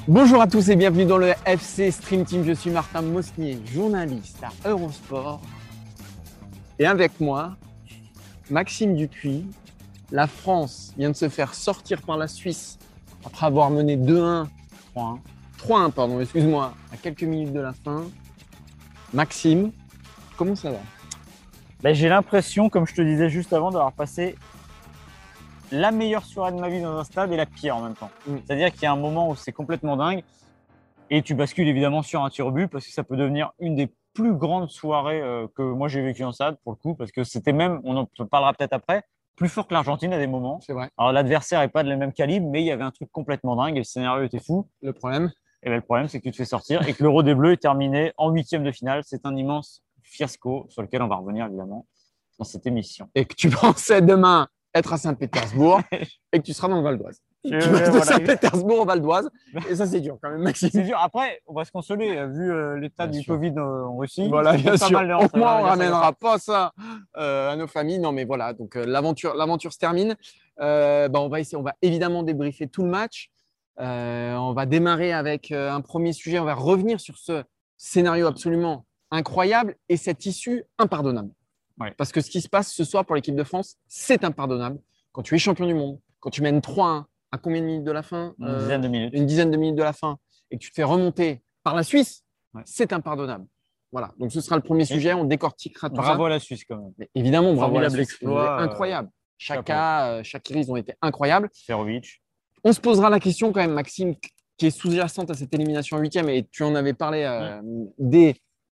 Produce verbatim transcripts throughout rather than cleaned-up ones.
Bonjour à tous et bienvenue dans le F C Stream Team. Je suis Martin Mosnier, journaliste à Eurosport. Et avec moi, Maxime Dupuis. La France vient de se faire sortir par la Suisse après avoir mené deux un, trois un, trois un, pardon, excuse-moi, à quelques minutes de la fin. Maxime, comment ça va? Ben, j'ai l'impression, comme je te disais juste avant, d'avoir passé la meilleure soirée de ma vie dans un stade et la pire en même temps. Mm. C'est-à-dire qu'il y a un moment où c'est complètement dingue et tu bascules évidemment sur un tir au but parce que ça peut devenir une des plus grandes soirées euh, que moi j'ai vécues en stade pour le coup, parce que c'était même, on en parlera peut-être après, plus fort que l'Argentine à des moments. C'est vrai. Alors l'adversaire n'est pas de la même calibre, mais il y avait un truc complètement dingue et le scénario était fou. Le problème et ben, Le problème, c'est que tu te fais sortir et que l'Euro des Bleus est terminé en huitième de finale. C'est un immense fiasco sur lequel on va revenir évidemment dans cette émission. Et que tu pensais demain être à Saint-Pétersbourg et que tu seras dans le Val d'Oise. Je, tu vas de voilà. Saint-Pétersbourg au Val d'Oise et ça c'est dur quand même, Maxime. C'est dur. Après, on va se consoler vu euh, l'état bien du sûr. Covid euh, en Russie. Voilà, bien sûr. Au moins, on ne ramènera ça pas ça euh, à nos familles. Non, mais voilà. Donc euh, l'aventure, l'aventure se termine. Euh, bah, on va essayer, on va évidemment débriefer tout le match. Euh, on va démarrer avec euh, un premier sujet. On va revenir sur ce scénario absolument incroyable et cette issue impardonnable. Ouais. Parce que ce qui se passe ce soir pour l'équipe de France, c'est impardonnable. Quand tu es champion du monde, quand tu mènes trois un, à combien de minutes de la fin? Une euh, dizaine de minutes. Une dizaine de minutes de la fin, et que tu te fais remonter par la Suisse, ouais. c'est impardonnable. Voilà, donc ce sera le premier et sujet, on décortiquera tout bravo ça. Bravo à la Suisse quand même. Mais évidemment, bravo à la Suisse. Exploit, incroyable. Chaka, euh, Shaqiri, ils ont été incroyables. Seferovic. On se posera la question quand même, Maxime, qui est sous-jacente à cette élimination en huitième, et tu en avais parlé euh, ouais. dès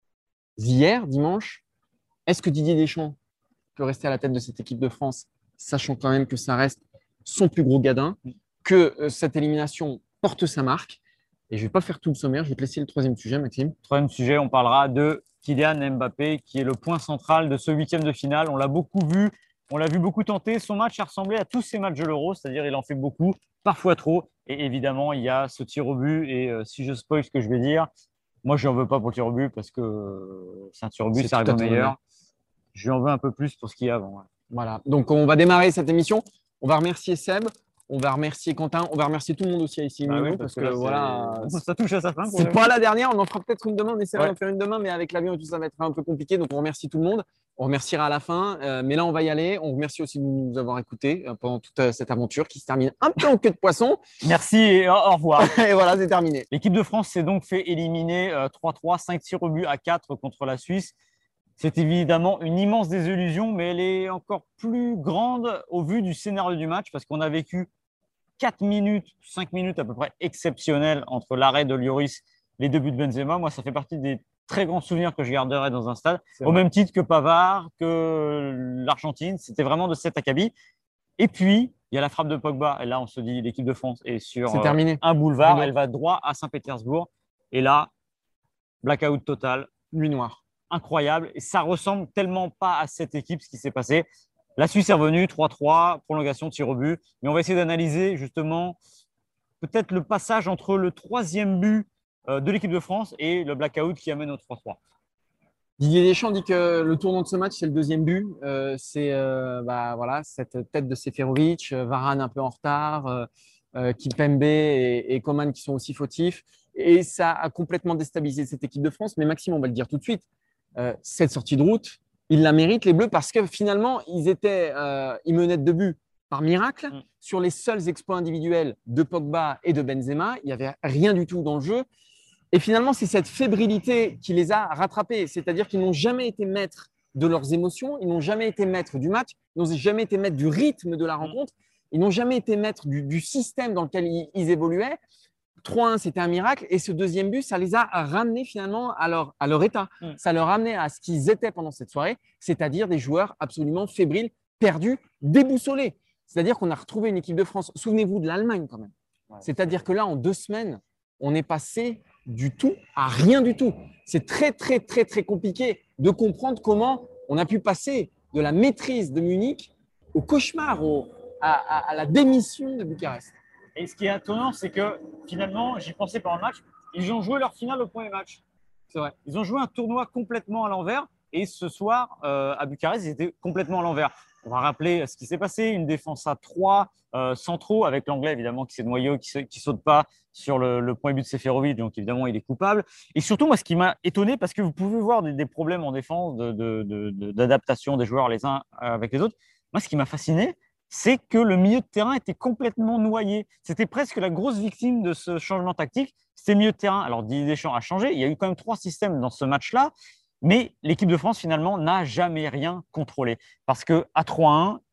hier, dimanche. Est-ce que Didier Deschamps peut rester à la tête de cette équipe de France, sachant quand même que ça reste son plus gros gadin, que euh, cette élimination porte sa marque? Et je ne vais pas faire tout le sommaire, je vais te laisser le troisième sujet, Maxime. Troisième sujet, on parlera de Kylian Mbappé, qui est le point central de ce huitième de finale. On l'a beaucoup vu, on l'a vu beaucoup tenter. Son match a ressemblé à tous ses matchs de l'Euro, c'est-à-dire il en fait beaucoup, parfois trop. Et évidemment, il y a ce tir au but. Et euh, si je spoil ce que je vais dire, moi, je n'en veux pas pour le tir au but parce que euh, c'est un tir au but, ça arrive au meilleur. Je lui en veux un peu plus pour ce qu'il y a avant. Ouais. Voilà, donc on va démarrer cette émission. On va remercier Seb, on va remercier Quentin, on va remercier tout le monde aussi ici. Bah Mino, oui, parce, parce que, que là, voilà, ça touche à sa fin. C'est pas la dernière, on en fera peut-être une demain, on essaiera ouais. d'en faire une demain, mais avec l'avion et tout ça va être un peu compliqué. Donc on remercie tout le monde. On remerciera à la fin, euh, mais là on va y aller. On remercie aussi de nous avoir écoutés euh, pendant toute euh, cette aventure qui se termine un peu en queue de poisson. Merci et au, au revoir. Et voilà, c'est terminé. L'équipe de France s'est donc fait éliminer euh, trois trois, cinq tirs au but à quatre contre la Suisse. C'est évidemment une immense désillusion, mais elle est encore plus grande au vu du scénario du match parce qu'on a vécu quatre minutes, cinq minutes à peu près exceptionnelles entre l'arrêt de Lloris, les deux buts de Benzema. Moi, ça fait partie des très grands souvenirs que je garderai dans un stade, au même titre que Pavard, que l'Argentine. C'était vraiment de cet acabit. Et puis, il y a la frappe de Pogba. Et là, on se dit, l'équipe de France est sur euh, terminé. un boulevard. Elle va droit à Saint-Pétersbourg. Et là, blackout total. Nuit noire. Incroyable. Et ça ressemble tellement pas à cette équipe, ce qui s'est passé. La Suisse est revenue, trois trois, prolongation, tir au but. Mais on va essayer d'analyser justement peut-être le passage entre le troisième but de l'équipe de France et le blackout qui amène au trois trois. Didier Deschamps dit que le tournant de ce match, c'est le deuxième but. Euh, c'est euh, bah, voilà, cette tête de Seferovic, Varane un peu en retard, euh, euh, Kimpembe et, et Coman qui sont aussi fautifs. Et ça a complètement déstabilisé cette équipe de France. Mais Maxime, on va le dire tout de suite, euh, cette sortie de route, ils la méritent, les Bleus, parce que finalement, ils, étaient, euh, ils menaient de deux buts par miracle. Mm. Sur les seuls exploits individuels de Pogba et de Benzema, il n'y avait rien du tout dans le jeu. Et finalement, c'est cette fébrilité qui les a rattrapés. C'est-à-dire qu'ils n'ont jamais été maîtres de leurs émotions, ils n'ont jamais été maîtres du match, ils n'ont jamais été maîtres du rythme de la rencontre, ils n'ont jamais été maîtres du, du système dans lequel ils, ils évoluaient. trois un, c'était un miracle. Et ce deuxième but, ça les a ramenés finalement à leur, à leur état. Mm. Ça leur a ramené à ce qu'ils étaient pendant cette soirée, c'est-à-dire des joueurs absolument fébriles, perdus, déboussolés. C'est-à-dire qu'on a retrouvé une équipe de France. Souvenez-vous de l'Allemagne quand même. Ouais, c'est-à-dire que là, en deux semaines, on est passé du tout à rien du tout. C'est très, très, très, très compliqué de comprendre comment on a pu passer de la maîtrise de Munich au cauchemar, au, à, à, à la démission de Bucarest. Et ce qui est étonnant, c'est que finalement, j'y pensais pendant le match, ils ont joué leur finale au premier match. C'est vrai. Ils ont joué un tournoi complètement à l'envers. Et ce soir, euh, à Bucarest, ils étaient complètement à l'envers. On va rappeler ce qui s'est passé, une défense à trois euh, centraux, avec l'anglais évidemment qui s'est noyé, qui ne saute pas sur le, le premier but de Seferovic, donc évidemment il est coupable. Et surtout, moi, ce qui m'a étonné, parce que vous pouvez voir des, des problèmes en défense, de, de, de, de, d'adaptation des joueurs les uns avec les autres. Moi, ce qui m'a fasciné, c'est que le milieu de terrain était complètement noyé. C'était presque la grosse victime de ce changement tactique. C'était le milieu de terrain. Alors, Didier Deschamps a changé. Il y a eu quand même trois systèmes dans ce match-là. Mais l'équipe de France, finalement, n'a jamais rien contrôlé. Parce qu'à trois à un,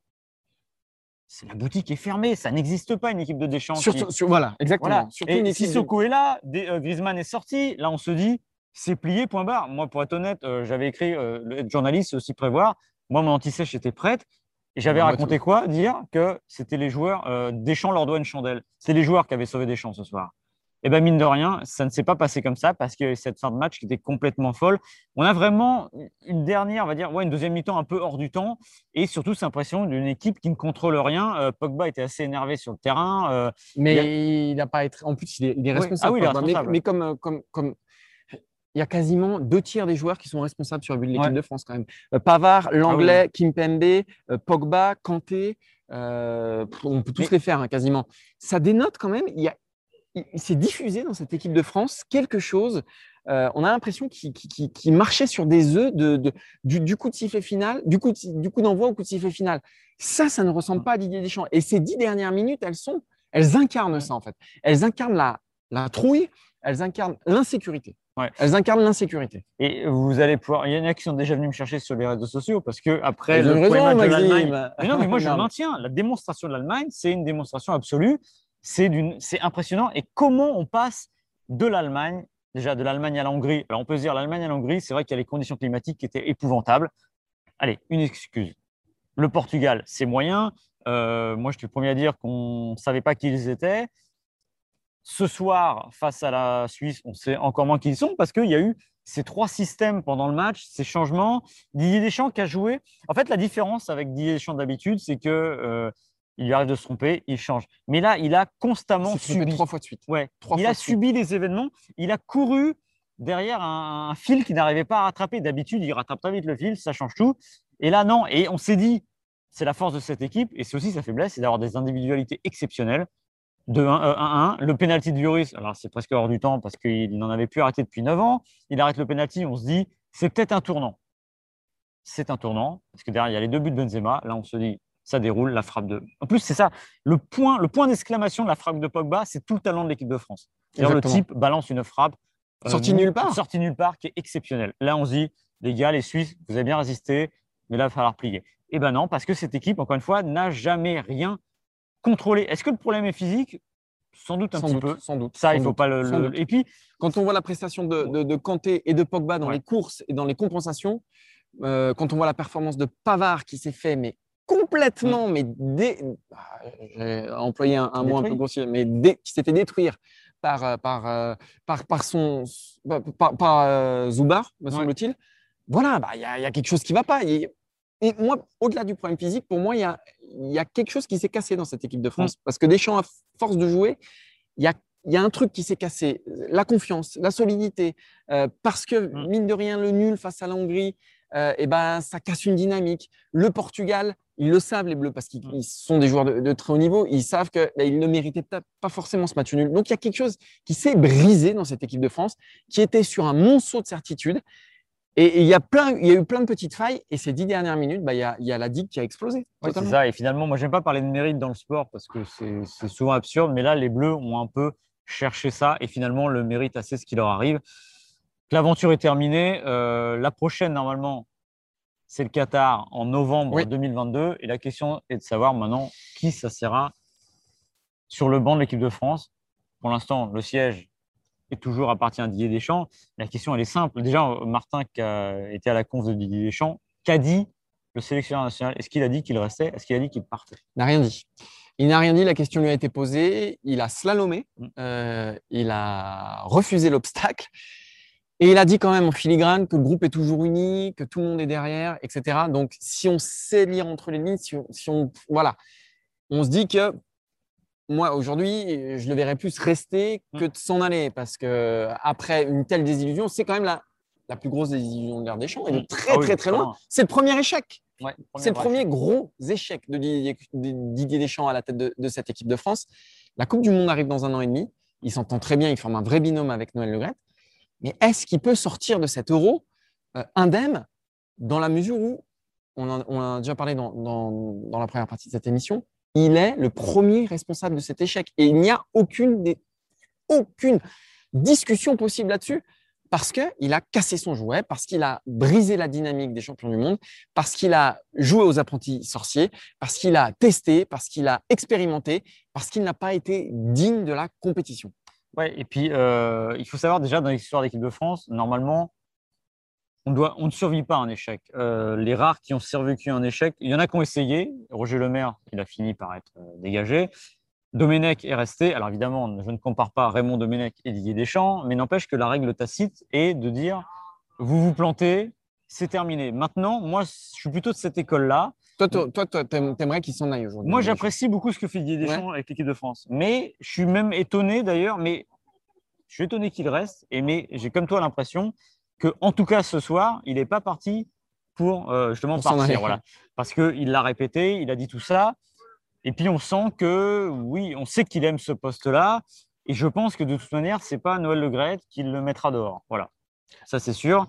la boutique est fermée. Ça n'existe pas, une équipe de Deschamps. Surtout, qui... sur, voilà, exactement. Voilà. Surtout Et une équipe Sissoko de... est là, Griezmann est sorti. Là, on se dit, c'est plié, point barre. Moi, pour être honnête, euh, j'avais écrit, euh, le journaliste, c'est aussi prévoir. Moi, mon anti-sèche était prête. Et j'avais raconté quoi? Dire que c'était les joueurs, euh, Deschamps leur doit une chandelle. C'est les joueurs qui avaient sauvé Deschamps ce soir. Et bien, mine de rien, ça ne s'est pas passé comme ça parce que cette fin de match qui était complètement folle. On a vraiment une dernière, on va dire, ouais, une deuxième mi-temps un peu hors du temps. Et surtout, c'est l'impression d'une équipe qui ne contrôle rien. Euh, Pogba était assez énervé sur le terrain. Euh, mais il n'a a... pas été. En plus, il est, il est responsable. Oui. Ah oui, il est responsable. Mais, mais comme, comme, comme il y a quasiment deux tiers des joueurs qui sont responsables sur le but de l'équipe ouais. de France quand même. Euh, Pavard, l'anglais, ah oui. Kimpembe, euh, Pogba, Kanté, euh, on peut tous mais... les faire hein, quasiment. Ça dénote quand même, il, y a, il, il s'est diffusé dans cette équipe de France quelque chose, euh, on a l'impression qu'il, qu'il, qu'il marchait sur des œufs de, de, du, du coup de sifflet final, du coup, de, du coup d'envoi au coup de sifflet final. Ça, ça ne ressemble pas à Didier Deschamps. Et ces dix dernières minutes, elles, sont, elles incarnent ça en fait. Elles incarnent la, la trouille, elles incarnent l'insécurité. Ouais. Elles incarnent l'insécurité. Et vous allez pouvoir. Il y en a qui sont déjà venus me chercher sur les réseaux sociaux parce que après le premier match de l'Allemagne. Mais non, mais moi je le maintiens. La démonstration de l'Allemagne, c'est une démonstration absolue. C'est d'une, c'est impressionnant. Et comment on passe de l'Allemagne, déjà de l'Allemagne à la Hongrie. Alors on peut se dire l'Allemagne à la Hongrie, c'est vrai qu'il y a les conditions climatiques qui étaient épouvantables. Allez, une excuse. Le Portugal, c'est moyen. Euh, moi, je suis le premier à dire qu'on ne savait pas qui ils étaient. Ce soir, face à la Suisse, on sait encore moins qui ils sont parce qu'il y a eu ces trois systèmes pendant le match, ces changements. Didier Deschamps qui a joué. En fait, la différence avec Didier Deschamps d'habitude, c'est que euh, il lui arrive de se tromper, il change. Mais là, il a constamment subi. Trois fois de suite. Ouais. Trois il fois a subi suite. les événements. Il a couru derrière un, un fil qu'il n'arrivait pas à rattraper. D'habitude, il rattrape très vite le fil, ça change tout. Et là, non. Et on s'est dit, c'est la force de cette équipe et c'est aussi sa faiblesse, c'est d'avoir des individualités exceptionnelles. De un à un, le pénalty de Lloris, alors c'est presque hors du temps parce qu'il n'en avait plus arrêté depuis neuf ans. Il arrête le pénalty, on se dit c'est peut-être un tournant. C'est un tournant parce que derrière il y a les deux buts de Benzema. Là on se dit ça déroule, la frappe de. En plus c'est ça, le point, le point d'exclamation de la frappe de Pogba, c'est tout le talent de l'équipe de France. C'est-à-dire le type balance une frappe euh, sortie nulle part, sortie nulle part qui est exceptionnelle. Là on se dit les gars, les Suisses, vous avez bien résisté, mais là il va falloir plier. Et ben non, parce que cette équipe encore une fois n'a jamais rien contrôlé. Est-ce que le problème est physique? Sans doute un sans petit doute, peu. Sans doute. Ça, sans il ne faut doute, pas le, le... Et puis, quand on voit la prestation de, de, de Kanté et de Pogba dans ouais. les courses et dans les compensations, euh, quand on voit la performance de Pavard qui s'est fait mais complètement, mmh. mais dé... j'ai employé un, un mot un peu grossier, mais dé... qui s'est fait détruire par, par, par, par, son, par, par, par euh, Zubar, me ouais. semble-t-il. Voilà, il bah, y, y a quelque chose qui ne va pas. Et, et moi, au-delà du problème physique, pour moi, il y a, y a quelque chose qui s'est cassé dans cette équipe de France. Mmh. Parce que Deschamps, à force de jouer, il y a, y a un truc qui s'est cassé. La confiance, la solidité. Euh, parce que, mmh. mine de rien, le nul face à la Hongrie, euh, et ben, ça casse une dynamique. Le Portugal, ils le savent, les Bleus, parce qu'ils mmh. sont des joueurs de, de très haut niveau. Ils savent qu'ils ben, ne méritaient pas forcément ce match nul. Donc, il y a quelque chose qui s'est brisé dans cette équipe de France, qui était sur un monceau de certitude. Et il y, a plein, il y a eu plein de petites failles. Et ces dix dernières minutes, bah, il, y a, il y a la digue qui a explosé. Oui, c'est ça. Et finalement, moi, je n'aime pas parler de mérite dans le sport parce que c'est, c'est souvent absurde. Mais là, les Bleus ont un peu cherché ça. Et finalement, le mérite assez ce qui leur arrive. L'aventure est terminée. Euh, la prochaine, normalement, c'est le Qatar en novembre oui. deux mille vingt-deux. Et la question est de savoir maintenant qui s'assiera sur le banc de l'équipe de France. Pour l'instant, le siège et toujours appartient à Didier Deschamps. La question, elle est simple. Déjà, Martin, qui a été à la conf de Didier Deschamps, qu'a dit le sélectionneur national? Est-ce qu'il a dit qu'il restait? Est-ce qu'il a dit qu'il partait? Il n'a rien dit. Il n'a rien dit. La question lui a été posée. Il a slalomé. Mmh. Euh, il a refusé l'obstacle. Et il a dit quand même en filigrane que le groupe est toujours uni, que tout le monde est derrière, et cetera. Donc, si on sait lire entre les lignes, si on, si on, voilà, on se dit que moi, aujourd'hui, je le verrais plus rester que de s'en aller parce qu'après une telle désillusion, c'est quand même la, la plus grosse des illusions de l'ère Deschamps et de très, ah oui, très, très loin. loin. C'est le premier échec. Ouais, c'est le premier échec. gros échec de Didier, de Didier Deschamps à la tête de, de cette équipe de France. La Coupe du Monde arrive dans un an et demi. Il s'entend très bien. Il forme un vrai binôme avec Noël Le Graët. Mais est-ce qu'il peut sortir de cet euro euh, indemne dans la mesure où, on en, on en a déjà parlé dans, dans, dans la première partie de cette émission, il est le premier responsable de cet échec. Et il n'y a aucune, des, aucune discussion possible là-dessus parce qu'il a cassé son jouet, parce qu'il a brisé la dynamique des champions du monde, parce qu'il a joué aux apprentis sorciers, parce qu'il a testé, parce qu'il a expérimenté, parce qu'il n'a pas été digne de la compétition. Ouais, et puis, euh, il faut savoir déjà, dans l'histoire de l'équipe de France, normalement, on, doit, on ne survit pas à un échec. Euh, les rares qui ont survécu à un échec, il y en a qui ont essayé. Roger Lemaire, il a fini par être euh, dégagé. Domenech est resté. Alors évidemment, je ne compare pas Raymond Domenech et Didier Deschamps, mais n'empêche que la règle tacite est de dire vous vous plantez, c'est terminé. Maintenant, moi, je suis plutôt de cette école-là. Toi, toi, toi, t'aimerais qu'il s'en aille aujourd'hui. Moi, j'apprécie beaucoup ce que fait Didier Deschamps ouais. avec l'équipe de France. Mais je suis même étonné d'ailleurs, mais je suis étonné qu'il reste. Et mais j'ai comme toi l'impression que, en tout cas, ce soir, il n'est pas parti pour euh, justement pour partir. Voilà. Parce qu'il l'a répété, il a dit tout ça. Et puis, on sent que, oui, on sait qu'il aime ce poste-là. Et je pense que de toute manière, ce n'est pas Noël Le Graët qui le mettra dehors. Voilà. Ça, c'est sûr.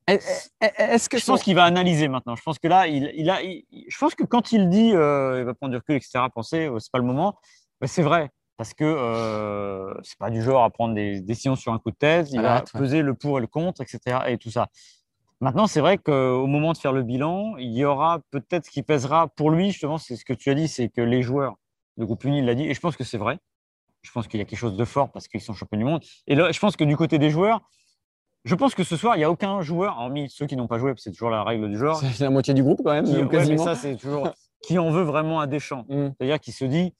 Est-ce que je pense son... qu'il va analyser maintenant. Je pense que là, il, il a, il, je pense que quand il dit euh, il va prendre du recul, et cetera, penser, euh, c'est pas le moment, ben, c'est vrai. Parce que euh, c'est pas du genre à prendre des décisions sur un coup de tête. Il va peser ouais. le pour et le contre, et cetera. Et tout ça. Maintenant, c'est vrai qu'au moment de faire le bilan, il y aura peut-être ce qui pèsera pour lui. Justement, c'est ce que tu as dit, c'est que les joueurs, le groupe uni l'a dit, et je pense que c'est vrai. Je pense qu'il y a quelque chose de fort parce qu'ils sont champions du monde. Et là, je pense que du côté des joueurs, je pense que ce soir, il n'y a aucun joueur, hormis ceux qui n'ont pas joué, c'est toujours la règle du genre. C'est la moitié du groupe quand même. Qui, ouais, quasiment. Mais ça, c'est toujours qui en veut vraiment à Deschamps. Mm. C'est-à-dire qui se dit,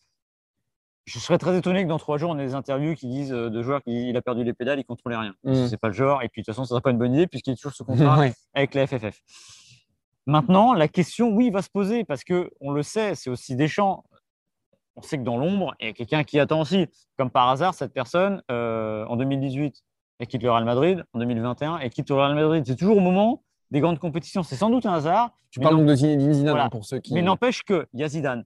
je serais très étonné que dans trois jours, on ait des interviews qui disent euh, de joueurs qu'il a perdu les pédales, il ne contrôlait rien. Mm. Ce n'est pas le genre. Et puis de toute façon, ce ne sera pas une bonne idée puisqu'il est toujours sous contrat ouais. avec la F F F. Maintenant, la question, oui, va se poser parce qu'on le sait, c'est aussi Deschamps. On sait que dans l'ombre, il y a quelqu'un qui attend aussi. Comme par hasard, cette personne, euh, en deux mille dix-huit, elle quitte le Real Madrid. En deux mille vingt et un, elle quitte le Real Madrid. C'est toujours au moment des grandes compétitions. C'est sans doute un hasard. Tu parles donc de Zinedine Zidane voilà. pour ceux qui… Mais n'empêche qu'il y a Zidane.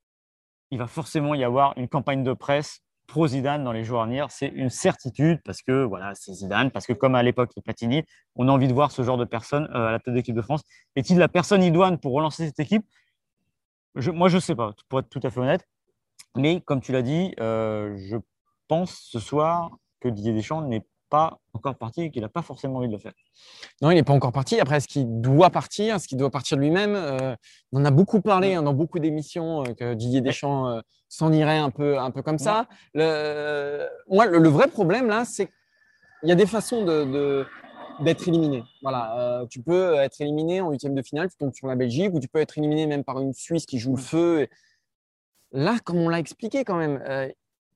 Il va forcément y avoir une campagne de presse pro-Zidane dans les jours à venir. C'est une certitude parce que voilà, c'est Zidane. Parce que comme à l'époque, les Platini, on a envie de voir ce genre de personne euh, à la tête de l'équipe de France. Est-il la personne idoine pour relancer cette équipe? je, Moi, je ne sais pas, pour être tout à fait honnête. Mais comme tu l'as dit, euh, je pense ce soir que Didier Deschamps n'est pas encore parti et qu'il n'a pas forcément envie de le faire. Non, il n'est pas encore parti. Après, est-ce qu'il doit partir? Est-ce qu'il doit partir lui-même? euh, On en a beaucoup parlé hein, dans beaucoup d'émissions euh, que Didier Deschamps euh, s'en irait un peu, un peu comme ça. Le, moi, le, le vrai problème, là, c'est qu'il y a des façons de, de, d'être éliminé. Voilà, euh, tu peux être éliminé en huitième de finale, tu tombes sur la Belgique, ou tu peux être éliminé même par une Suisse qui joue le feu. Et... Là, comme on l'a expliqué quand même, euh,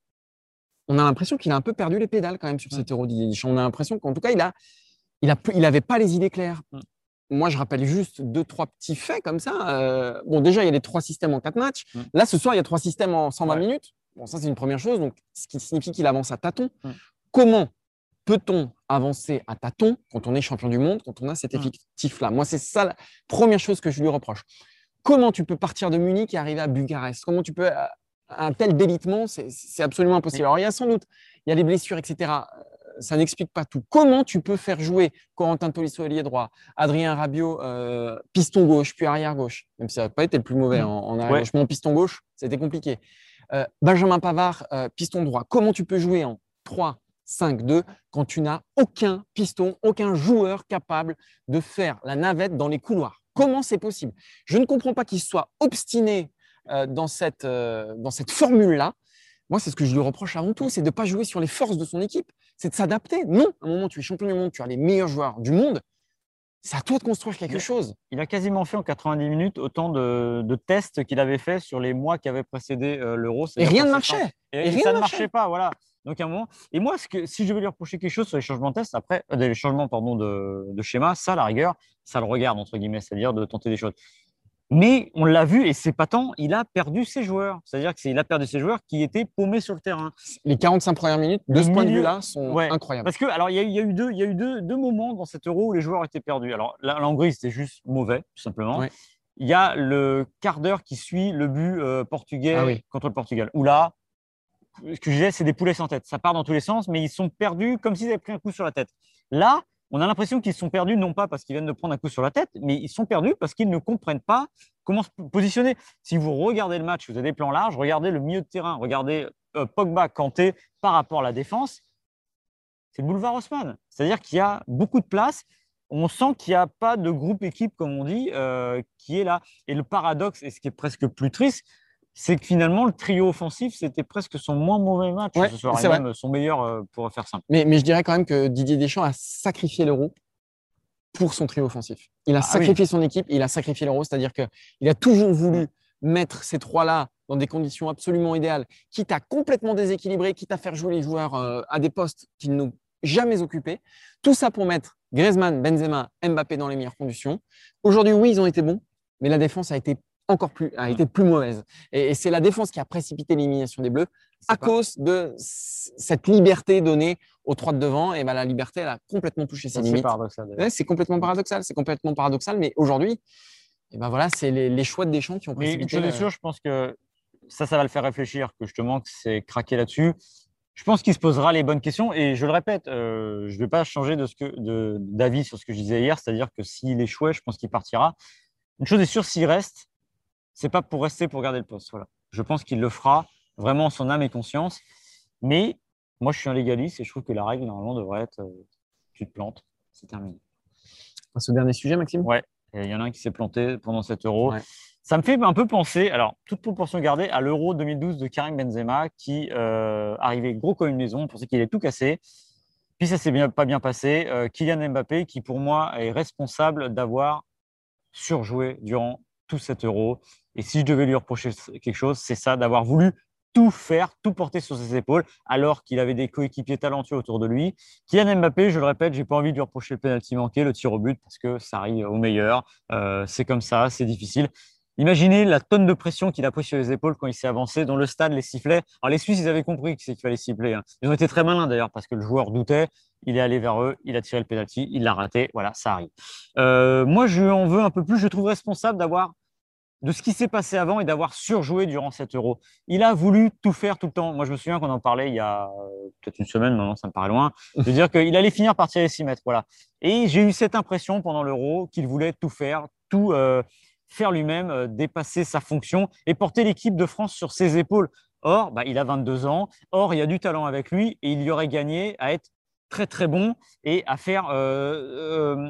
on a l'impression qu'il a un peu perdu les pédales quand même sur cet Euro Didier Deschamps. On a l'impression qu'en tout cas, il a, il a, il avait pas les idées claires. Mm. Moi, je rappelle juste deux, trois petits faits comme ça. Euh, bon, déjà, il y a les trois systèmes en quatre matchs. Mm. Là, ce soir, il y a trois systèmes en cent vingt ouais. minutes. Bon, ça, c'est une première chose. Donc, ce qui signifie qu'il avance à tâtons. Mm. Comment peut-on avancer à tâtons quand on est champion du monde, quand on a cet effectif-là? Moi, c'est ça la première chose que je lui reproche. Comment tu peux partir de Munich et arriver à Bucarest? Comment tu peux… Un tel délitement, c'est absolument impossible. Alors, il y a sans doute, il y a les blessures, et cetera. Ça n'explique pas tout. Comment tu peux faire jouer Corentin Tolisso ailier droit, Adrien Rabiot euh, piston gauche, puis arrière gauche, même si ça n'a pas été le plus mauvais en, en arrière gauche, mais en piston gauche, c'était compliqué. Euh, Benjamin Pavard, euh, piston droit. Comment tu peux jouer en trois cinq deux quand tu n'as aucun piston, aucun joueur capable de faire la navette dans les couloirs? Comment c'est possible? Je ne comprends pas qu'il soit obstiné Euh, dans cette, euh, dans cette formule-là. Moi, c'est ce que je lui reproche avant tout, c'est de ne pas jouer sur les forces de son équipe, c'est de s'adapter. Non, à un moment, tu es champion du monde, tu as les meilleurs joueurs du monde, c'est à toi de construire quelque il a, chose. Il a quasiment fait en quatre-vingt-dix minutes autant de, de tests qu'il avait fait sur les mois qui avaient précédé euh, l'Euro. Et rien ne marchait. Et, et, et rien ça ne ne marchait. marchait pas, voilà. Donc, à un moment, et moi, ce que, si je vais lui reprocher quelque chose sur les changements de tests, après, euh, les changements pardon, de, de schéma, ça, à la rigueur, ça le regarde, entre guillemets, c'est-à-dire de tenter des choses. Mais on l'a vu, et c'est pas tant, il a perdu ses joueurs. C'est-à-dire qu'il a perdu ses joueurs qui étaient paumés sur le terrain. Les quarante-cinq premières minutes, de Le ce point de milieu, vue-là, sont ouais. incroyables. Parce que, alors, il y a, eu- il y a eu, deux, il y a eu deux, deux moments dans cet Euro où les joueurs étaient perdus. Alors, la, la Hongrie, c'était juste mauvais, tout simplement. Ouais. Il y a le quart d'heure qui suit le but euh, portugais Ah oui. contre le Portugal. Où là, ce que je disais, c'est des poulets sans tête. Ça part dans tous les sens, mais ils sont perdus comme s'ils avaient pris un coup sur la tête. Là, on a l'impression qu'ils sont perdus, non pas parce qu'ils viennent de prendre un coup sur la tête, mais ils sont perdus parce qu'ils ne comprennent pas comment se positionner. Si vous regardez le match, vous avez des plans larges, regardez le milieu de terrain, regardez euh, Pogba, Kanté par rapport à la défense, c'est le boulevard Haussmann. C'est-à-dire qu'il y a beaucoup de place. On sent qu'il n'y a pas de groupe équipe, comme on dit, euh, qui est là. Et le paradoxe, et ce qui est presque plus triste, c'est que finalement, le trio offensif, c'était presque son moins mauvais match Ouais, ce soir, et c'est vrai. même son meilleur, euh, pour faire simple. Mais, mais je dirais quand même que Didier Deschamps a sacrifié l'Euro pour son trio offensif. Il a Ah sacrifié oui. son équipe, il a sacrifié l'Euro, c'est-à-dire qu'il a toujours voulu mettre ces trois-là dans des conditions absolument idéales, quitte à complètement déséquilibrer, quitte à faire jouer les joueurs euh, à des postes qu'ils n'ont jamais occupés. Tout ça pour mettre Griezmann, Benzema, Mbappé dans les meilleures conditions. Aujourd'hui, oui, ils ont été bons, mais la défense a été encore plus, a été plus mauvaise. Et, et c'est la défense qui a précipité l'élimination des Bleus à pas... cause de cette liberté donnée aux trois de devant. Et ben, la liberté, elle a complètement touché ses limites. C'est paradoxal. Ouais, c'est complètement paradoxal. C'est complètement paradoxal. Mais aujourd'hui, et ben voilà, c'est les, les choix de Deschamps qui ont Mais une précipité. chose est le... sûre, je pense que ça, ça va le faire réfléchir, que justement, que c'est craqué là-dessus. Je pense qu'il se posera les bonnes questions. Et je le répète, euh, je ne vais pas changer de ce que, de, d'avis sur ce que je disais hier. C'est-à-dire que s'il échouait, je pense qu'il partira. Une chose est sûre, s'il reste, c'est pas pour rester pour garder le poste. Voilà. Je pense qu'il le fera vraiment en son âme et conscience. Mais moi, je suis un légaliste et je trouve que la règle, normalement, devrait être euh, tu te plantes, c'est terminé. Ce dernier sujet, Maxime. Ouais, il y en a un qui s'est planté pendant cet Euro. Ouais. Ça me fait un peu penser, alors, toute proportion gardée, à l'Euro deux mille douze de Karim Benzema qui euh, arrivait gros comme une maison. On pensait qu'il allait tout casser. Puis ça s'est bien, pas bien passé. Euh, Kylian Mbappé, qui pour moi est responsable d'avoir surjoué durant tout cet Euro. Et si je devais lui reprocher quelque chose, c'est ça, d'avoir voulu tout faire, tout porter sur ses épaules, alors qu'il avait des coéquipiers talentueux autour de lui. Kylian Mbappé, je le répète, j'ai pas envie de lui reprocher le penalty manqué, le tir au but, parce que ça arrive au meilleur. Euh, c'est comme ça, c'est difficile. Imaginez la tonne de pression qu'il a pris sur les épaules quand il s'est avancé dans le stade, les sifflets. Alors les Suisses, ils avaient compris qu'il fallait siffler. Hein. Ils ont été très malins d'ailleurs parce que le joueur doutait. Il est allé vers eux, il a tiré le penalty, il l'a raté. Voilà, ça arrive. Euh, moi, je en veux un peu plus. Je trouve responsable d'avoir de ce qui s'est passé avant et d'avoir surjoué durant cet Euro. Il a voulu tout faire tout le temps. Moi, je me souviens qu'on en parlait il y a euh, peut-être une semaine, maintenant ça me paraît loin, de dire qu'il allait finir par tirer les six mètres. Voilà. Et j'ai eu cette impression pendant l'Euro qu'il voulait tout faire, tout euh, faire lui-même, euh, dépasser sa fonction et porter l'équipe de France sur ses épaules. Or, bah, il a vingt-deux ans. Or, il y a du talent avec lui et il y aurait gagné à être très très bon et à faire euh, euh,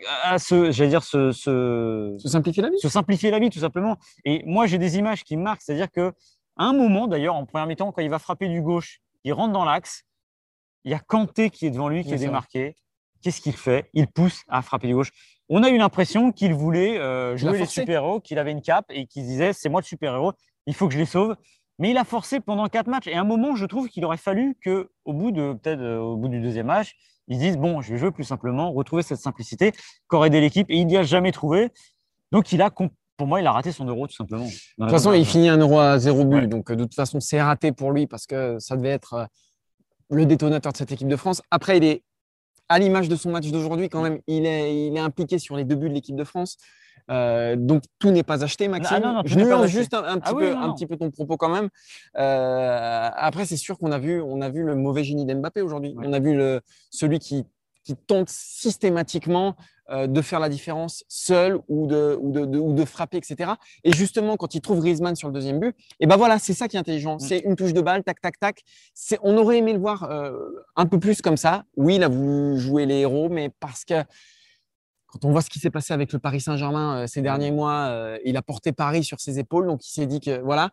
à se, j'allais dire, se, se, Se simplifier la vie. se simplifier la vie, tout simplement. Et moi, j'ai des images qui me marquent, c'est-à-dire qu'à un moment, d'ailleurs, en première mi-temps, quand il va frapper du gauche, il rentre dans l'axe, il y a Kanté qui est devant lui, qui Oui, est c'est démarqué. Qu'est-ce qu'il fait? Il pousse à frapper du gauche. On a eu l'impression qu'il voulait euh, Il a jouer les forcé. super-héros, qu'il avait une cape et qu'il se disait c'est moi le super-héros, il faut que je les sauve. Mais il a forcé pendant quatre matchs. Et à un moment, je trouve qu'il aurait fallu qu'au bout de peut-être euh, au bout du deuxième match, ils disent bon, je vais jouer plus simplement, retrouver cette simplicité qu'aurait aidé l'équipe. Et il n'y a jamais trouvé. Donc il a, pour moi, il a raté son euro tout simplement. De toute façon, il finit un euro à zéro but. Ouais. Donc, de toute façon, c'est raté pour lui parce que ça devait être euh, le détonateur de cette équipe de France. Après, il est à l'image de son match d'aujourd'hui, quand même, il est, il est impliqué sur les deux buts de l'équipe de France. Euh, donc tout n'est pas acheté, Maxime. Ah non, non, tout je n'est pas nuance acheté. juste un, un, petit Ah oui, peu, non, un non. petit peu ton propos quand même. Euh, après, c'est sûr qu'on a vu, on a vu le mauvais génie d'Mbappé aujourd'hui. Ouais. On a vu le, celui qui, qui tente systématiquement euh, de faire la différence seul ou de, ou, de, de, ou de frapper, et cetera. Et justement, quand il trouve Griezmann sur le deuxième but, et ben voilà, c'est ça qui est intelligent. Mm. C'est une touche de balle, tac, tac, tac. C'est, on aurait aimé le voir euh, un peu plus comme ça. Oui, il a voulu jouer les héros, mais parce que quand on voit ce qui s'est passé avec le Paris Saint-Germain euh, ces derniers mois, euh, il a porté Paris sur ses épaules. Donc, il s'est dit que voilà.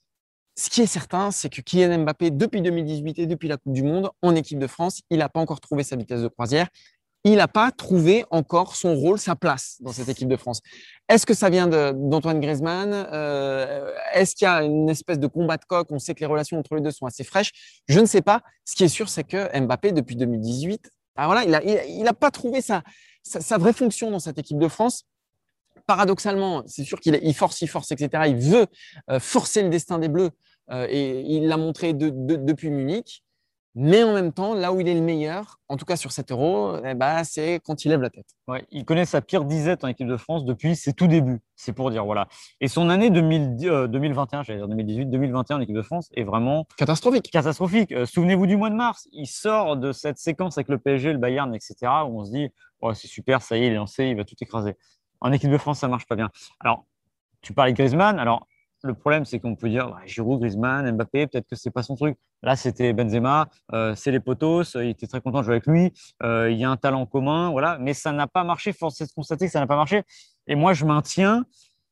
Ce qui est certain, c'est que Kylian Mbappé, depuis deux mille dix-huit et depuis la Coupe du Monde, en équipe de France, il n'a pas encore trouvé sa vitesse de croisière. Il n'a pas trouvé encore son rôle, sa place dans cette équipe de France. Est-ce que ça vient de, d'Antoine Griezmann euh, Est-ce qu'il y a une espèce de combat de coq? On sait que les relations entre les deux sont assez fraîches. Je ne sais pas. Ce qui est sûr, c'est que Mbappé, depuis deux mille dix-huit, ben voilà, il n'a il, il a pas trouvé sa, sa, sa vraie fonction dans cette équipe de France. paradoxalement, c'est sûr qu'il il force, il force, et cetera. Il veut euh, forcer le destin des Bleus euh, et il l'a montré de, de, depuis Munich. Mais en même temps, là où il est le meilleur, en tout cas sur cet Euro, eh ben, c'est quand il lève la tête. Ouais, il connaît sa pire disette en équipe de France depuis ses tout débuts. C'est pour dire, voilà. Et son année deux mille, euh, deux mille vingt et un, j'allais dire deux mille dix-huit, deux mille vingt et un en équipe de France est vraiment catastrophique. Catastrophique. Euh, souvenez-vous du mois de mars. Il sort de cette séquence avec le P S G, le Bayern, et cetera, où on se dit, oh, c'est super, ça y est, il est lancé, il va tout écraser. En équipe de France, ça marche pas bien. Alors, tu parlais de Griezmann. Alors, le problème, c'est qu'on peut dire bah, Giroud, Griezmann, Mbappé, peut-être que c'est pas son truc. Là, c'était Benzema, euh, c'est les potos, il était très content de jouer avec lui. Euh, il y a un talent commun, voilà. Mais ça n'a pas marché. Force est de constater que ça n'a pas marché. Et moi, je maintiens.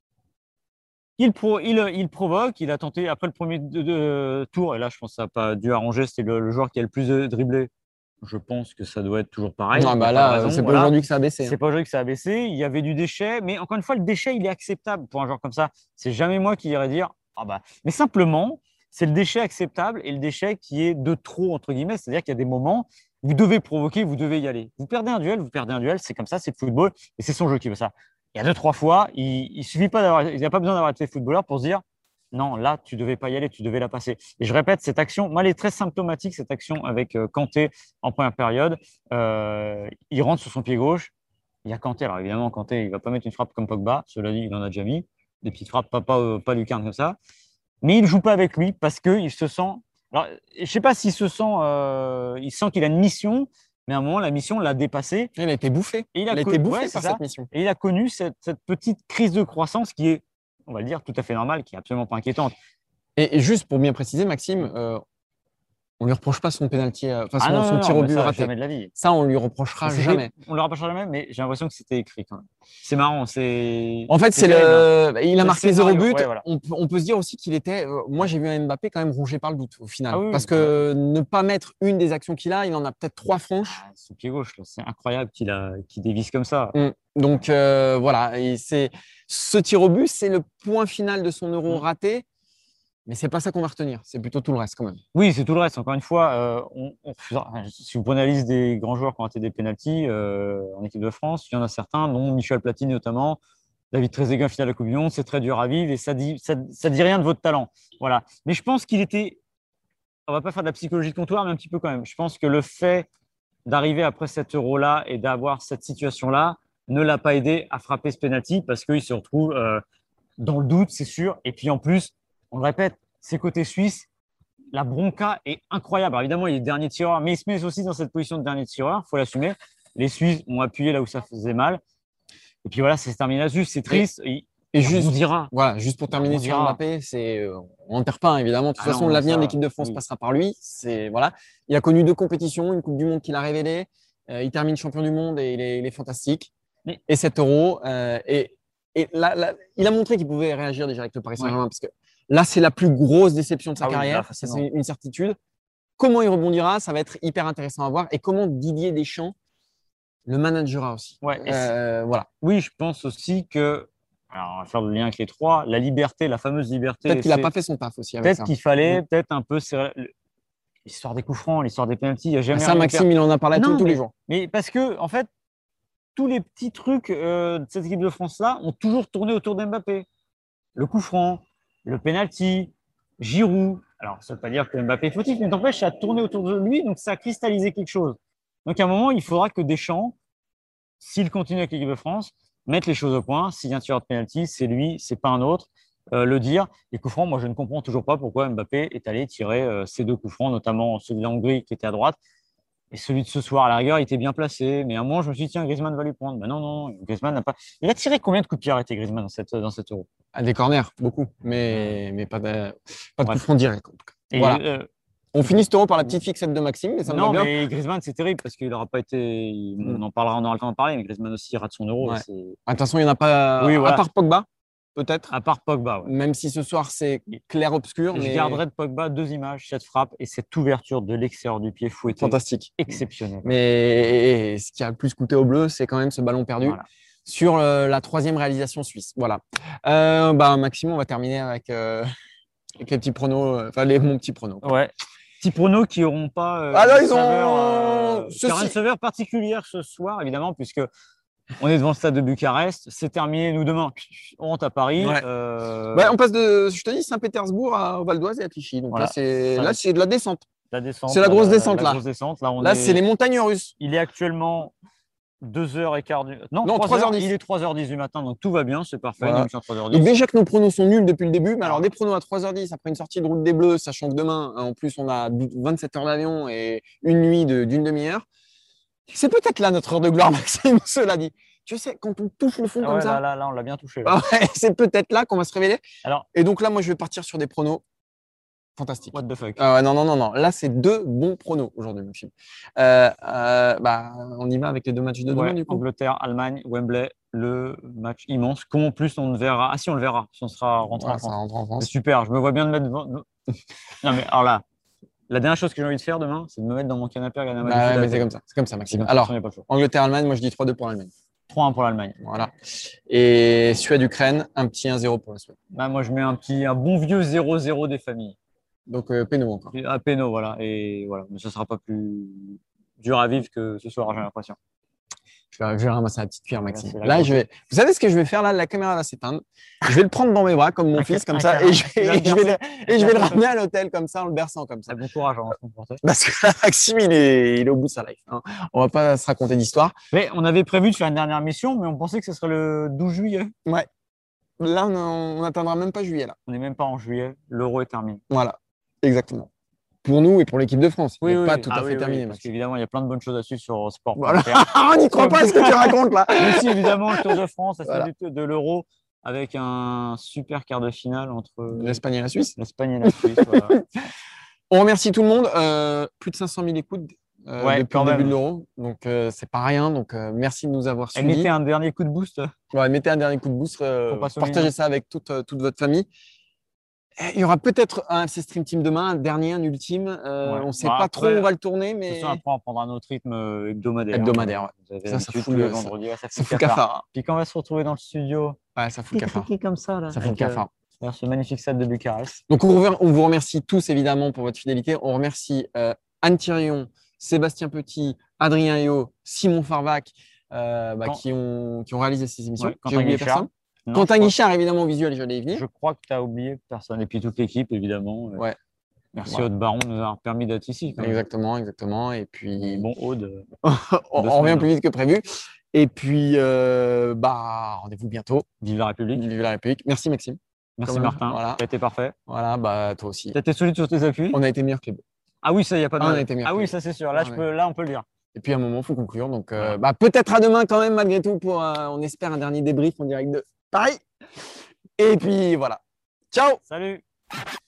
Il, pro, il, il provoque, il a tenté après le premier de, de, tour, et là, je pense que ça n'a pas dû arranger. C'était le, le joueur qui a le plus dribblé. Je pense que ça doit être toujours pareil. Non, bah là, c'est pas voilà. aujourd'hui que ça a baissé. C'est hein. pas aujourd'hui que ça a baissé. Il y avait du déchet, mais encore une fois, le déchet, il est acceptable pour un joueur comme ça. C'est jamais moi qui irais dire ah bah. Mais simplement, c'est le déchet acceptable et le déchet qui est de trop entre guillemets. C'est-à-dire qu'il y a des moments où vous devez provoquer, vous devez y aller. Vous perdez un duel, vous perdez un duel, c'est comme ça, c'est le football et c'est son jeu qui veut ça. Il y a deux trois fois, il ne suffit pas d'avoir, il n'y a pas besoin d'avoir été footballeur pour se dire non, là, tu ne devais pas y aller, tu devais la passer. Et je répète, cette action, moi, elle est très symptomatique, cette action avec euh, Kanté en première période. Euh, il rentre sur son pied gauche. Il y a Kanté. Alors, évidemment, Kanté, il ne va pas mettre une frappe comme Pogba. Cela dit, il en a déjà mis. Des petites frappes, pas, pas, euh, pas lucarne comme ça. Mais il ne joue pas avec lui parce qu'il se sent. Alors, je ne sais pas s'il se sent. Euh, il sent qu'il a une mission, mais à un moment, la mission l'a dépassé. Il a été bouffé. Et il a, il a co- été bouffé ouais, par ça. cette mission. Et il a connu cette, cette petite crise de croissance qui est, on va le dire, tout à fait normale, qui est absolument pas inquiétante. Et, et juste pour bien préciser, Maxime, euh, on lui reproche pas son penalty, enfin ah son, non, son non, tir non, au but ça, raté. Jamais de la vie. Ça, on lui reprochera jamais. On le reprochera jamais, mais j'ai l'impression que c'était écrit quand même. C'est marrant, c'est. En fait, c'est le. Hein. Il a marqué zéro but. Ouais, voilà. on, on peut se dire aussi qu'il était. Euh, moi, j'ai vu un Mbappé quand même rongé par le doute au final, ah oui, parce que ouais. ne pas mettre une des actions qu'il a, il en a peut-être trois franches. Ah, son pied gauche, c'est incroyable qu'il a, qu'il dévisse comme ça. Mmh. Donc euh, voilà, et c'est ce tir au but, c'est le point final de son euro mmh. raté. Mais c'est pas ça qu'on va retenir, c'est plutôt tout le reste quand même. Oui, c'est tout le reste. Encore une fois, euh, on, on, si vous prenez la liste des grands joueurs qui ont raté des pénaltys euh, en équipe de France, il y en a certains, dont Michel Platini notamment, David Trezeguet finale de la Coupe du Monde, c'est très dur à vivre et ça dit, ça, ça dit rien de votre talent. Voilà. Mais je pense qu'il était, on va pas faire de la psychologie de comptoir, mais un petit peu quand même. Je pense que le fait d'arriver après cet euro-là et d'avoir cette situation-là ne l'a pas aidé à frapper ce penalty parce qu'il se retrouve euh, dans le doute, c'est sûr. Et puis en plus, on le répète, c'est côté suisse, la bronca est incroyable. Alors évidemment, il est dernier tireur, mais il se met aussi dans cette position de dernier tireur, il faut l'assumer. Les Suisses ont appuyé là où ça faisait mal. Et puis voilà, ça se termine là-dessus, c'est triste. Et, et juste, on dira. Voilà, juste pour terminer sur Mbappé, c'est, euh, on n'enterre pas, évidemment. De toute ah façon, l'avenir de l'équipe de France oui. passera par lui. C'est, voilà. Il a connu deux compétitions, une Coupe du Monde qu'il a révélée. Euh, il termine champion du monde et il est, il est fantastique. Mais... Et cet euro. Euh, et et là, là, il a montré qu'il pouvait réagir déjà avec le Paris Saint-Germain ouais. parce que là, c'est la plus grosse déception de sa ah carrière. Oui, c'est une certitude. Comment il rebondira, ça va être hyper intéressant à voir. Et comment Didier Deschamps le managera aussi. Ouais, euh, voilà. Oui, je pense aussi que, alors on va faire le lien avec les trois, la liberté, la fameuse liberté. Peut-être qu'il n'a pas fait son taf aussi. Peut-être qu'il fallait, mmh. peut-être un peu. L'histoire des coups francs, l'histoire des pénaltys, il n'y a jamais. Ah, ça, Maxime, il en a parlé non, tous, tous mais, les jours. Mais parce que, en fait, tous les petits trucs euh, de cette équipe de France-là ont toujours tourné autour d'Mbappé. Le coup franc, le penalty, Giroud. Alors, ça ne veut pas dire que Mbappé est fautif, mais n'empêche, ça a tourné autour de lui, donc ça a cristallisé quelque chose. Donc, à un moment, il faudra que Deschamps, s'il continue avec l'équipe de France, mette les choses au point. S'il y a un tireur de penalty, c'est lui, c'est pas un autre. Euh, le dire. Et coup franc, moi, je ne comprends toujours pas pourquoi Mbappé est allé tirer euh, ces deux coups francs, notamment celui de la Hongrie qui était à droite. Et celui de ce soir, à la rigueur, il était bien placé. Mais à un moment, je me suis dit, tiens, Griezmann va lui prendre. Ben non, non, Griezmann n'a pas. Il a tiré combien de coups de pied arrêtés, Griezmann, dans cette, dans cette euro? À des corners, beaucoup. Mais, mais pas de, pas de coup franc direct, en tout cas. Et voilà. Euh, On finit ce euro par la petite fixette de Maxime. Mais ça non, me va bien. mais Griezmann, c'est terrible parce qu'il n'aura pas été. On en parlera, on aura le temps d'en parler, mais Griezmann aussi rate son euro. Ouais. De toute façon, il n'y en a pas. Oui, voilà. À part Pogba, peut-être. À part Pogba, ouais. Même si ce soir, c'est clair-obscur. Je mais... garderai de Pogba deux images, cette frappe et cette ouverture de l'extérieur du pied fouetté. Fantastique. Exceptionnel. Mais ce qui a le plus coûté au bleu, c'est quand même ce ballon perdu. Voilà. Sur euh, la troisième réalisation suisse. Voilà. Euh, bah, Maxime, on va terminer avec, euh, avec les petits pronos, enfin les, mon petit prono. Ouais. Petits pronos qui n'auront pas euh, ah là, ils saveur, ont... euh, une saveur particulière ce soir, évidemment, puisque On est devant le stade de Bucarest. C'est terminé. Nous, demain, on rentre à Paris. Ouais. Euh, Ouais, on passe de, je te dis, Saint-Pétersbourg à au Val d'Oise et à Clichy. Donc Voilà. là, c'est Ça- là, c'est de la descente. la descente. C'est la grosse descente, la là. grosse descente. Là, on Là, est... c'est les montagnes russes. Il est actuellement deux heures quinze du... Non, Non, trois trois heures heures. dix. Il est trois heures dix du matin, donc tout va bien, c'est parfait. Voilà. Une émission à trois heures dix. Donc déjà que nos pronos sont nuls depuis le début, mais alors, Alors. des pronos à trois heures dix après une sortie de route des Bleus, sachant que demain, en plus, on a vingt-sept heures d'avion et une nuit de- d'une demi-heure. C'est peut-être là notre heure de gloire, Maxime, cela dit. Tu sais, quand on touche le fond Ah comme ouais, ça, là, là, là, on l'a bien touché. Là. ouais, c'est peut-être là qu'on va se révéler. Alors, Et donc là, moi, je vais partir sur des pronos fantastiques. what the fuck. Ah ouais, non, non, non, non. Là, c'est deux bons pronos aujourd'hui, Maxime. Euh, euh, bah, on y va avec les deux matchs de demain, Ouais, du coup. Angleterre, Allemagne, Wembley, le match immense. Qu'en plus, on ne verra. Ah si, on le verra. Si on sera rentré Ouais, en ça France. rentre en C'est France. super. Je me vois bien de mettre devant. Non, mais alors là, la dernière chose que j'ai envie de faire demain, c'est de me mettre dans mon canapé à regarder un match Bah de ouais, foot à mais la c'est télé. comme ça. C'est comme ça, Maxime. C'est comme ça, Alors, on n'est pas le choix. Angleterre-Allemagne, moi, je dis trois deux pour l'Allemagne. trois un pour l'Allemagne. Voilà. Et Suède-Ukraine, un petit un zéro pour la Suède. Bah, moi, je mets un petit, un bon vieux zéro zéro des familles. Donc, euh, péno encore. À péno, voilà. Et voilà. Mais ce ne sera pas plus dur à vivre que ce soir, j'ai l'impression. Je vais, je vais ramasser la petite cuillère, Maxime. Là, c'est la Là, grosse- je vais. Vous savez ce que je vais faire là? La caméra va s'éteindre. Je vais le prendre dans mes bras comme mon Un fils, ca- comme un ça, câlin. et je Tu vas vais, le et je vais bercer. le, et je vais le ramener à l'hôtel comme ça, en le berçant comme ça. Ah, bon courage en se comporter. Parce que là, Maxime, il est, il est au bout de sa life. Hein. On va pas se raconter d'histoire. Mais on avait prévu de faire une dernière mission, mais on pensait que ce serait le douze juillet. Ouais. Là, on n'atteindra même pas juillet là. On n'est même pas en juillet. L'euro est terminé. Voilà. Exactement. Pour nous et pour l'équipe de France. Oui, Mais oui, pas oui. tout Ah à oui, fait oui, terminé, parce Maxime. qu'évidemment, il y a plein de bonnes choses à suivre sur sport. Voilà. on n'y croit pas à ce que tu racontes là. Mais si, évidemment, le Tour de France, la Voilà. suite de l'Euro, avec un super quart de finale entre L'Espagne et la Suisse. l'Espagne et la Suisse. Voilà. On remercie tout le monde. Euh, plus de cinq cent mille écoutes euh, Ouais, depuis quand le début même. de l'Euro. Donc, euh, c'est pas rien. Donc, euh, merci de nous avoir Et suivis. mettez un dernier coup de boost. Ouais, mettez un dernier coup de boost. euh, Pour passer au partagez milieu. ça avec toute, euh, toute votre famille. Et il y aura peut-être un F C Stream Team demain, un dernier, un ultime. Euh, Ouais. on ne sait Bah, pas après, trop où on va le tourner, De mais toute façon, après, on prendra notre rythme euh, hebdomadaire. Hebdomadaire, ouais. Vous avez Ça, ça l'habitude, fout tous les le- vendredis. Ouais, ça ça fout fout le cafard. cafard. Puis quand on va se retrouver dans le studio, Ouais, ça fout le cafard. comme ça, là, Ça fout le avec, euh, cafard. vers ce magnifique stade de Bucarest. Donc, on vous remer- on vous remercie tous évidemment pour votre fidélité. On remercie euh, Anne Thirion, Sébastien Petit, Adrien Yo, Simon Farvac euh, bah, Quand- qui, ont, qui ont réalisé ces émissions. Ouais, J'ai Quentin oublié Guichard. personne. Non, Quentin je crois- Guichard, évidemment, au visuel, j'allais y venir. Je crois que tu as oublié personne. Et puis toute l'équipe, évidemment. Euh, Ouais. Merci Voilà. Aude Baron de nous avoir permis d'être ici. quand même. Exactement, exactement. Et Et puis, bon, Aude. euh, on, deux on revient semaines. plus vite que prévu. Et puis, euh, bah, rendez-vous bientôt. Vive la République. Vive la République. Merci, Maxime. Merci Quand même, Martin. voilà. Tu as été parfait. Voilà, bah, toi aussi. Tu as été solide sur tes appuis. On a été meilleurs que les Bleus. Ah oui, ça, il n'y a pas de Ah, on a mal. été meilleurs Ah que oui, les ça c'est sûr. Là, Ah je ouais. peux, là, on peut le dire. Et puis, à un moment, il faut conclure. Donc, euh, Voilà. bah, peut-être à demain quand même, malgré tout, pour, euh, on espère, un dernier débrief en direct de Paris. Et puis, voilà. Ciao! Salut!